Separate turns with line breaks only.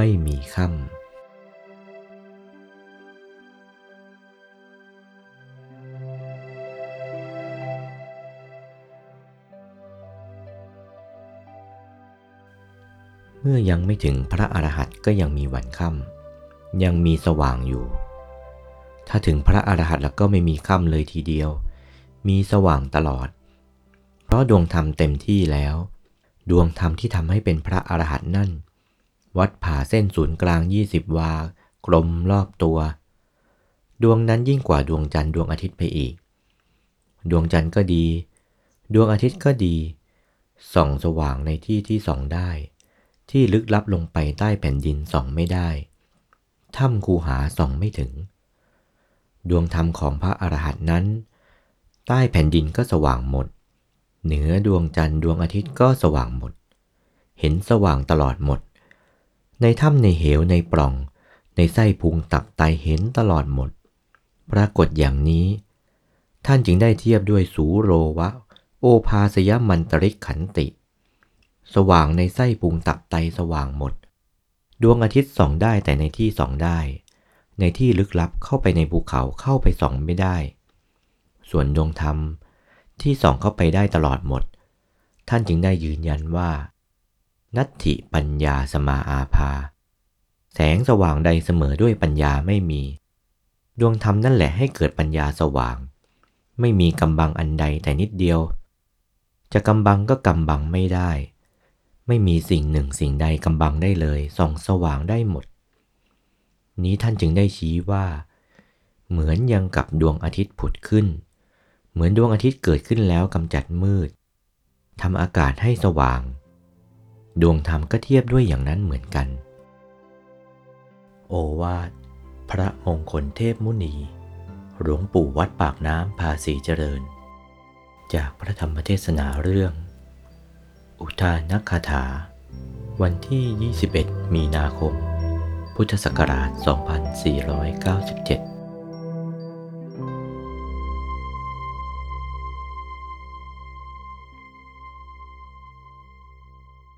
ไม่มีค่ำเมื่อยังไม่ถึงพระอรหันต์ก็ยังมีวันค่ำยังมีสว่างอยู่ถ้าถึงพระอรหันต์แล้วก็ไม่มีค่ำเลยทีเดียวมีสว่างตลอดเพราะดวงธรรมเต็มที่แล้วดวงธรรมที่ทำให้เป็นพระอรหันต์นั่นวัดผ่าเส้นศูนย์กลาง20 วากลมรอบตัวดวงนั้นยิ่งกว่าดวงจันทร์ดวงอาทิตย์ไปอีกดวงจันทร์ก็ดีดวงอาทิตย์ก็ดีส่องสว่างในที่ที่ส่องได้ที่ลึกลับลงไปใต้แผ่นดินส่องไม่ได้ถ้ำคูหาส่องไม่ถึงดวงธรรมของพระอรหันต์นั้นใต้แผ่นดินก็สว่างหมดเหนือดวงจันทร์ดวงอาทิตย์ก็สว่างหมดเห็นสว่างตลอดหมดในถ้ำในเหวในปล่องในไส้พุงตับไตเห็นตลอดหมดปรากฏอย่างนี้ท่านจึงได้เทียบด้วยสูโรวะโอภาสยมันตริกขันติสว่างในไส้พุงตับไตสว่างหมดดวงอาทิตย์ส่องได้แต่ในที่ส่องได้ในที่ลึกลับเข้าไปในภูเขาเข้าไปส่องไม่ได้ส่วนดวงธรรมที่ส่องเข้าไปได้ตลอดหมดท่านจึงได้ยืนยันว่านัตถิปัญญาสมาอาภาแสงสว่างใดเสมอด้วยปัญญาไม่มีดวงธรรมนั่นแหละให้เกิดปัญญาสว่างไม่มีกำบังอันใดแต่นิดเดียวจะกำบังก็กำบังไม่ได้ไม่มีสิ่งหนึ่งสิ่งใดกำบังได้เลยส่องสว่างได้หมดนี้ท่านจึงได้ชี้ว่าเหมือนยังกับดวงอาทิตย์ผุดขึ้นเหมือนดวงอาทิตย์เกิดขึ้นแล้วกำจัดมืดทำอากาศให้สว่างดวงธรรมก็เทียบด้วยอย่างนั้นเหมือนกันโอวาทพระมงคลเทพมุนีหลวงปู่วัดปากน้ำภาษีเจริญจากพระธรรมเทศนาเรื่องอุทานคถาวันที่21 มีนาคมพุทธศักราช 2497